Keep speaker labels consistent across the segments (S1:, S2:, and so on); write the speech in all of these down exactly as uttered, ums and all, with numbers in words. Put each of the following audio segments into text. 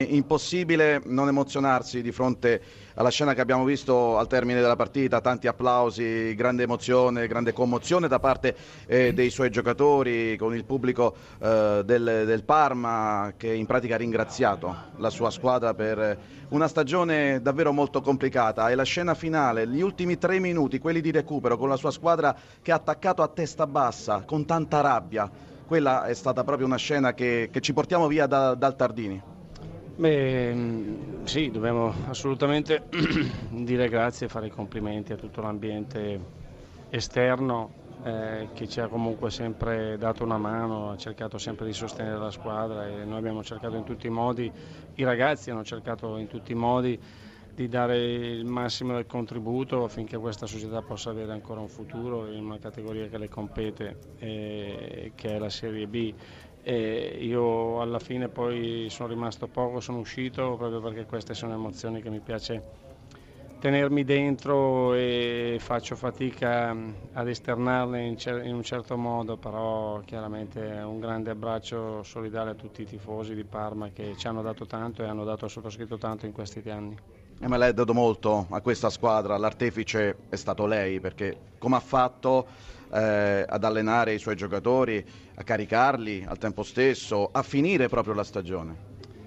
S1: Impossibile non emozionarsi di fronte alla scena che abbiamo visto al termine della partita, tanti applausi, grande emozione, grande commozione da parte eh, dei suoi giocatori, con il pubblico eh, del, del Parma che in pratica ha ringraziato la sua squadra per una stagione davvero molto complicata. E la scena finale, gli ultimi tre minuti, quelli di recupero con la sua squadra che ha attaccato a testa bassa, con tanta rabbia, quella è stata proprio una scena che, che ci portiamo via da, dal Tardini.
S2: Beh, sì, dobbiamo assolutamente dire grazie e fare i complimenti a tutto l'ambiente esterno eh, che ci ha comunque sempre dato una mano, ha cercato sempre di sostenere la squadra e noi abbiamo cercato in tutti i modi, i ragazzi hanno cercato in tutti i modi di dare il massimo del contributo affinché questa società possa avere ancora un futuro in una categoria che le compete, eh, che è la Serie B. E io alla fine poi sono rimasto poco, sono uscito proprio perché queste sono emozioni che mi piace tenermi dentro e faccio fatica ad esternarle in, cer- in un certo modo, però chiaramente un grande abbraccio solidale a tutti i tifosi di Parma che ci hanno dato tanto e hanno dato al sottoscritto tanto in questi anni.
S1: E me l'hai dato molto a questa squadra, l'artefice è stato lei, perché come ha fatto eh, ad allenare i suoi giocatori, a caricarli al tempo stesso, a finire proprio la stagione?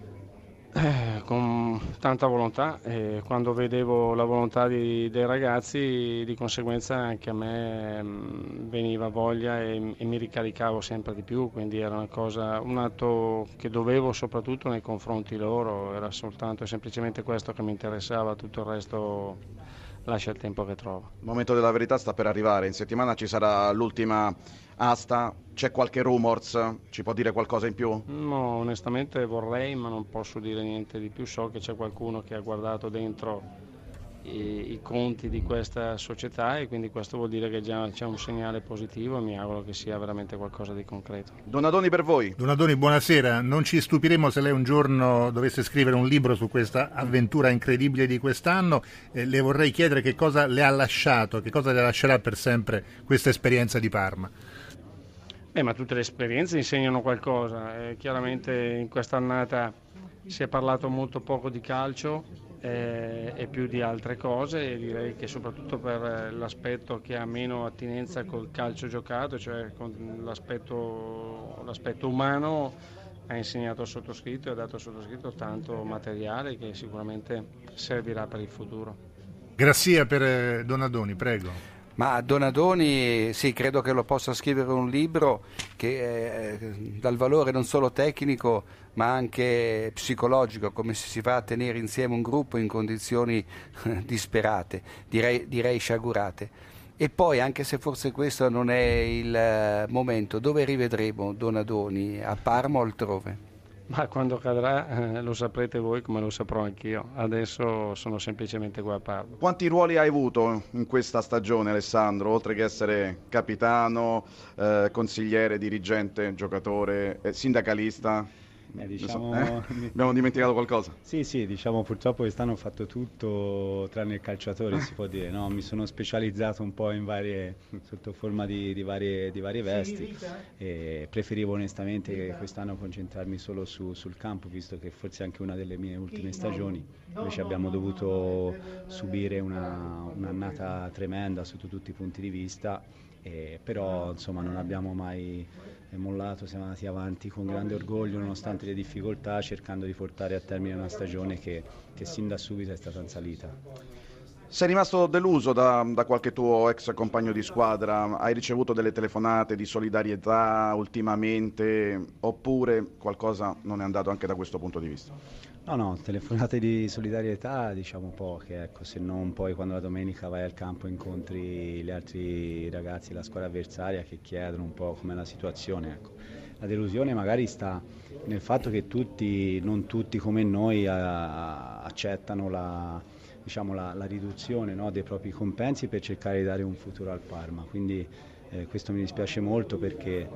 S2: Eh, con tanta volontà, e quando vedevo la volontà di, dei ragazzi di conseguenza anche a me mh, veniva voglia e, e mi ricaricavo sempre di più, quindi era una cosa, un atto che dovevo soprattutto nei confronti loro, era soltanto e semplicemente questo che mi interessava, tutto il resto lascia il tempo che trova.
S1: Il momento della verità sta per arrivare, in settimana ci sarà l'ultima asta, c'è qualche rumors, ci può dire qualcosa in più?
S2: No, onestamente vorrei, ma non posso dire niente di più. So che c'è qualcuno che ha guardato dentro i, i conti di questa società e quindi questo vuol dire che già c'è un segnale positivo e mi auguro che sia veramente qualcosa di concreto.
S1: Donadoni per voi.
S3: Donadoni, buonasera. Non ci stupiremo se lei un giorno dovesse scrivere un libro su questa avventura incredibile di quest'anno. Eh, le vorrei chiedere che cosa le ha lasciato, che cosa le lascerà per sempre questa esperienza di Parma.
S2: Eh, ma tutte le esperienze insegnano qualcosa. Eh, chiaramente in quest'annata si è parlato molto poco di calcio eh, e più di altre cose e direi che soprattutto per l'aspetto che ha meno attinenza col calcio giocato, cioè con l'aspetto, l'aspetto umano, ha insegnato al sottoscritto e ha dato al sottoscritto tanto materiale che sicuramente servirà per il futuro.
S3: Grazie per Donadoni, prego.
S4: Ma Donadoni sì, credo che lo possa scrivere un libro che è dal valore non solo tecnico ma anche psicologico, come si fa a tenere insieme un gruppo in condizioni disperate, direi, direi sciagurate. E poi, anche se forse questo non è il momento, dove rivedremo Donadoni? A Parma o altrove?
S2: Ma quando cadrà eh, lo saprete voi come lo saprò anch'io. Adesso sono semplicemente qua a Parma.
S1: Quanti ruoli hai avuto in questa stagione, Alessandro? Oltre che essere capitano, eh, consigliere, dirigente, giocatore, eh, sindacalista?
S5: Eh, diciamo...
S1: eh? Abbiamo dimenticato qualcosa?
S5: Sì, sì, diciamo purtroppo quest'anno ho fatto tutto tranne il calciatore, si può dire, no? Mi sono specializzato un po' in varie, sotto forma di, di, varie, di varie vesti e preferivo onestamente quest'anno concentrarmi solo su, sul campo, visto che forse è anche una delle mie ultime stagioni, invece abbiamo dovuto subire una, un'annata tremenda sotto tutti i punti di vista, eh, però insomma non abbiamo mai mollato, siamo andati avanti con grande orgoglio nonostante le difficoltà, cercando di portare a termine una stagione che, che sin da subito è stata in salita.
S1: Sei rimasto deluso da, da qualche tuo ex compagno di squadra? Hai ricevuto delle telefonate di solidarietà ultimamente oppure qualcosa non è andato anche da questo punto di vista?
S5: No, no, telefonate di solidarietà diciamo poche, ecco, se non poi quando la domenica vai al campo incontri gli altri ragazzi, la squadra avversaria che chiedono un po' com'è la situazione, ecco. La delusione magari sta nel fatto che tutti, non tutti come noi a, accettano la, diciamo, la, la riduzione, no, dei propri compensi per cercare di dare un futuro al Parma, quindi eh, questo mi dispiace molto perché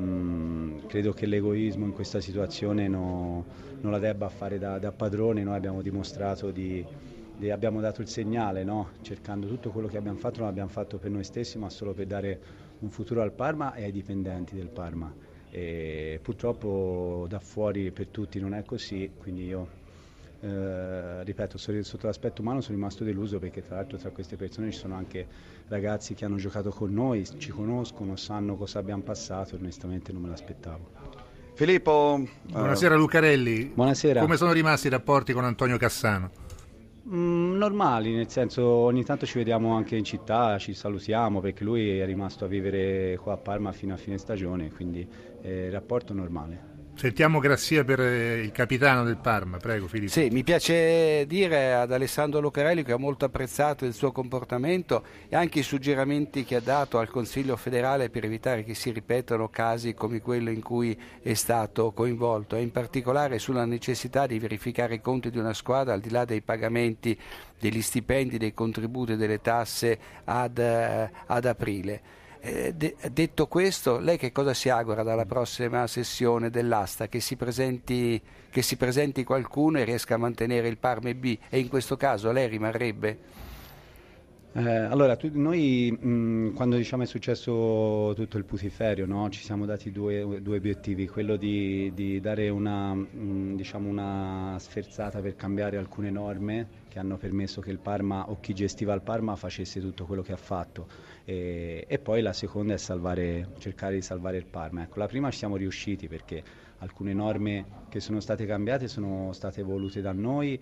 S5: mh, credo che l'egoismo in questa situazione no, non la debba fare da, da padrone. Noi abbiamo dimostrato di, di abbiamo dato il segnale, no? Cercando tutto quello che abbiamo fatto non l'abbiamo fatto per noi stessi ma solo per dare un futuro al Parma e ai dipendenti del Parma, e purtroppo da fuori per tutti non è così, quindi io eh, ripeto, sotto l'aspetto umano sono rimasto deluso, perché tra l'altro tra queste persone ci sono anche ragazzi che hanno giocato con noi, ci conoscono, sanno cosa abbiamo passato, e onestamente non me l'aspettavo.
S1: Filippo.
S3: Buonasera Lucarelli.
S5: Buonasera.
S3: Come sono rimasti i rapporti con Antonio Cassano?
S5: Mm, normali, nel senso ogni tanto ci vediamo anche in città, ci salutiamo, perché lui è rimasto a vivere qua a Parma fino a fine stagione, quindi eh, il rapporto normale.
S3: Sentiamo Grassia per il capitano del Parma, prego Filippo.
S4: Sì, mi piace dire ad Alessandro Lucarelli che ho molto apprezzato il suo comportamento e anche i suggerimenti che ha dato al Consiglio federale per evitare che si ripetano casi come quello in cui è stato coinvolto, e in particolare sulla necessità di verificare i conti di una squadra al di là dei pagamenti degli stipendi, dei contributi e delle tasse ad, ad aprile. Eh, de- detto questo, lei che cosa si augura dalla prossima sessione dell'asta? Che si presenti, che si presenti qualcuno e riesca a mantenere il Parma B, e in questo caso lei rimarrebbe?
S5: Eh, allora, tu, noi mh, quando diciamo è successo tutto il putiferio, no, ci siamo dati due, due obiettivi, quello di, di dare una, mh, diciamo una sferzata per cambiare alcune norme che hanno permesso che il Parma, o chi gestiva il Parma, facesse tutto quello che ha fatto, e, e poi la seconda è salvare, cercare di salvare il Parma. Ecco, la prima ci siamo riusciti perché alcune norme che sono state cambiate sono state volute da noi,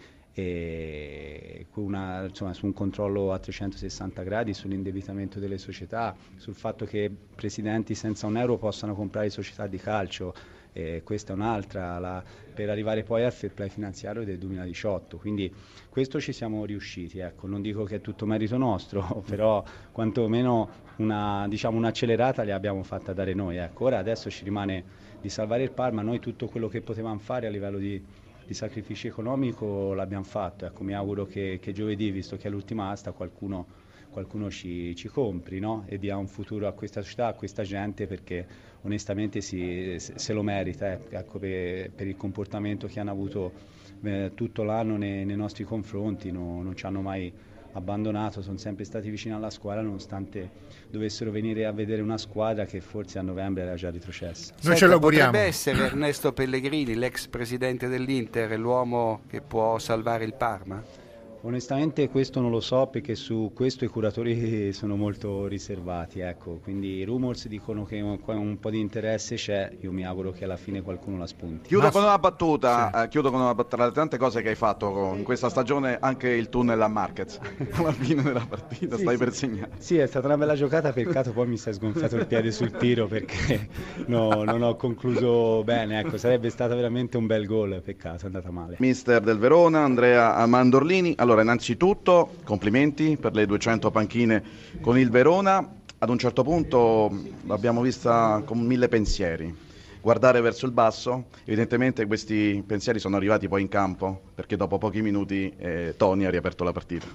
S5: e una, insomma, su un controllo a trecentosessanta gradi sull'indebitamento delle società, sul fatto che presidenti senza un euro possano comprare società di calcio, e questa è un'altra, la, per arrivare poi al fair play finanziario del duemiladiciotto, quindi questo ci siamo riusciti, ecco. Non dico che è tutto merito nostro, però quantomeno una, diciamo, un'accelerata le abbiamo fatta dare noi, ecco. Ora adesso ci rimane di salvare il Parma, noi tutto quello che potevamo fare a livello di di sacrificio economico l'abbiamo fatto, ecco. Mi auguro che, che giovedì, visto che è l'ultima asta, qualcuno, qualcuno ci, ci compri, no? E dia un futuro a questa società, a questa gente, perché onestamente si, se, se lo merita, eh. Ecco, per, per il comportamento che hanno avuto eh, tutto l'anno nei, nei nostri confronti, no, non ci hanno mai abbandonato, sono sempre stati vicini alla squadra, nonostante dovessero venire a vedere una squadra che forse a novembre era già retrocessa.
S3: Noi
S4: Senta,
S3: ce l'auguriamo.
S4: Potrebbe essere Ernesto Pellegrini, l'ex presidente dell'Inter, l'uomo che può salvare il Parma?
S5: Onestamente questo non lo so, perché su questo i curatori sono molto riservati, ecco. Quindi i rumors dicono che un, un po' di interesse c'è, io mi auguro che alla fine qualcuno la spunti.
S1: Chiudo
S3: Ma
S1: con una battuta,
S3: sì.
S1: eh, chiudo con una battuta, tra le tante cose che hai fatto in questa stagione, anche il tunnel a Marquez alla fine della partita,
S5: Sì,
S1: stai
S5: sì.
S1: per segnare.
S5: Sì, è stata una bella giocata, peccato poi mi si è sgonfiato il piede sul tiro, perché no, non ho concluso bene, ecco. Sarebbe stato veramente un bel gol, peccato, è andata male.
S1: Mister del Verona, Andrea Mandorlini. Allora, innanzitutto complimenti per le duecento panchine con il Verona. Ad un certo punto l'abbiamo vista con mille pensieri, guardare verso il basso. Evidentemente questi pensieri sono arrivati poi in campo, perché dopo pochi minuti eh, Toni ha riaperto la partita.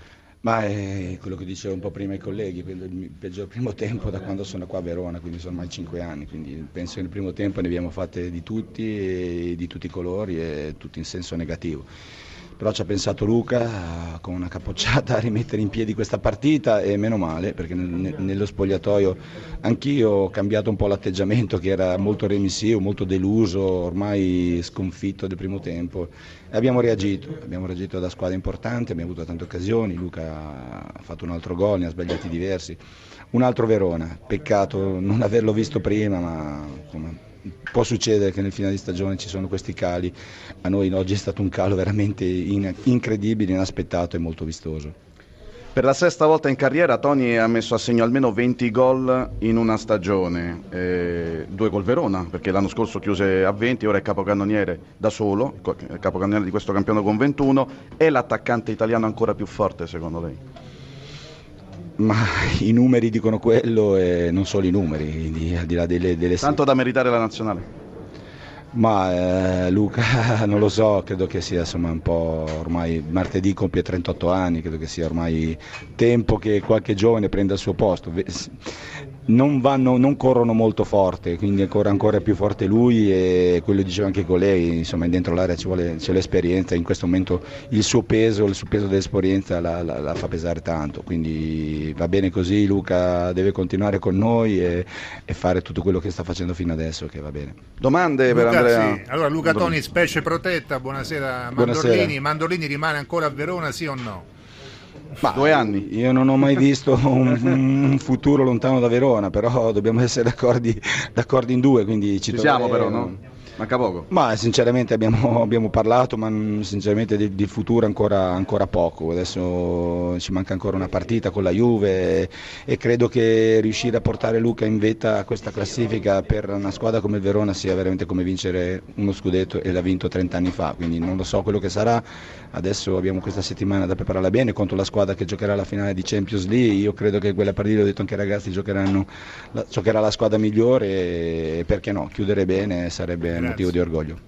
S6: Ma è quello che dicevo un po' prima ai colleghi, il peggior primo tempo da quando sono qua a Verona, quindi sono ormai cinque anni, quindi penso che nel primo tempo ne abbiamo fatte di tutti, e di tutti i colori, e tutti in senso negativo. Però ci ha pensato Luca con una capocciata a rimettere in piedi questa partita, e meno male, perché nel, nello spogliatoio anch'io ho cambiato un po' l'atteggiamento, che era molto remissivo, molto deluso, ormai sconfitto del primo tempo, e abbiamo reagito, abbiamo reagito da squadra importante, abbiamo avuto tante occasioni, Luca ha fatto un altro gol, ne ha sbagliati diversi, un altro Verona, peccato non averlo visto prima, ma insomma, può succedere che nel finale di stagione ci sono questi cali. A noi oggi è stato un calo veramente in, incredibile, inaspettato e molto vistoso.
S1: Per la sesta volta in carriera Toni ha messo a segno almeno venti gol in una stagione, eh, due col Verona, perché l'anno scorso chiuse a venti, ora è capocannoniere da solo, capocannoniere di questo campionato con ventuno. È l'attaccante italiano ancora più forte secondo lei?
S6: Ma i numeri dicono quello, e non solo i numeri, di, al di là delle, delle...
S1: Tanto da meritare la nazionale?
S6: Ma eh, Luca non lo so, credo che sia insomma un po', ormai martedì compie trentotto anni, credo che sia ormai tempo che qualche giovane prenda il suo posto. non, vanno, non corrono molto forte, quindi corre ancora più forte lui e quello diceva anche con lei, insomma dentro l'area ci vuole, c'è l'esperienza, in questo momento il suo peso, il suo peso dell'esperienza la, la, la fa pesare tanto, quindi va bene così, Luca deve continuare con noi e, e fare tutto quello che sta facendo fino adesso, che va bene.
S1: Domande
S3: Luca,
S1: per Andrea?
S3: sì. Allora Luca Toni, specie protetta, buonasera Mandorlini,
S6: Buonasera.
S3: Mandorlini rimane ancora a Verona, sì o no?
S6: Ma
S1: Due anni.
S6: Io non ho mai visto un, un futuro lontano da Verona, però dobbiamo essere d'accordi, d'accordi in due, quindi ci,
S1: Ci siamo
S6: troveremo.
S1: però, no? Manca poco.
S6: Ma sinceramente abbiamo, abbiamo parlato, ma mm, sinceramente di, di futuro ancora, ancora poco. Adesso ci manca ancora una partita con la Juve e, e credo che riuscire a portare Luca in vetta a questa classifica per una squadra come il Verona sia veramente come vincere uno scudetto e l'ha vinto trenta anni fa, quindi non lo so quello che sarà. Adesso abbiamo questa settimana da prepararla bene contro la squadra che giocherà la finale di Champions League. Io credo che quella partita, ho detto anche ai ragazzi, giocheranno, la, giocherà la squadra migliore e perché no, chiudere bene sarebbe
S3: Grazie.
S6: motivo di orgoglio.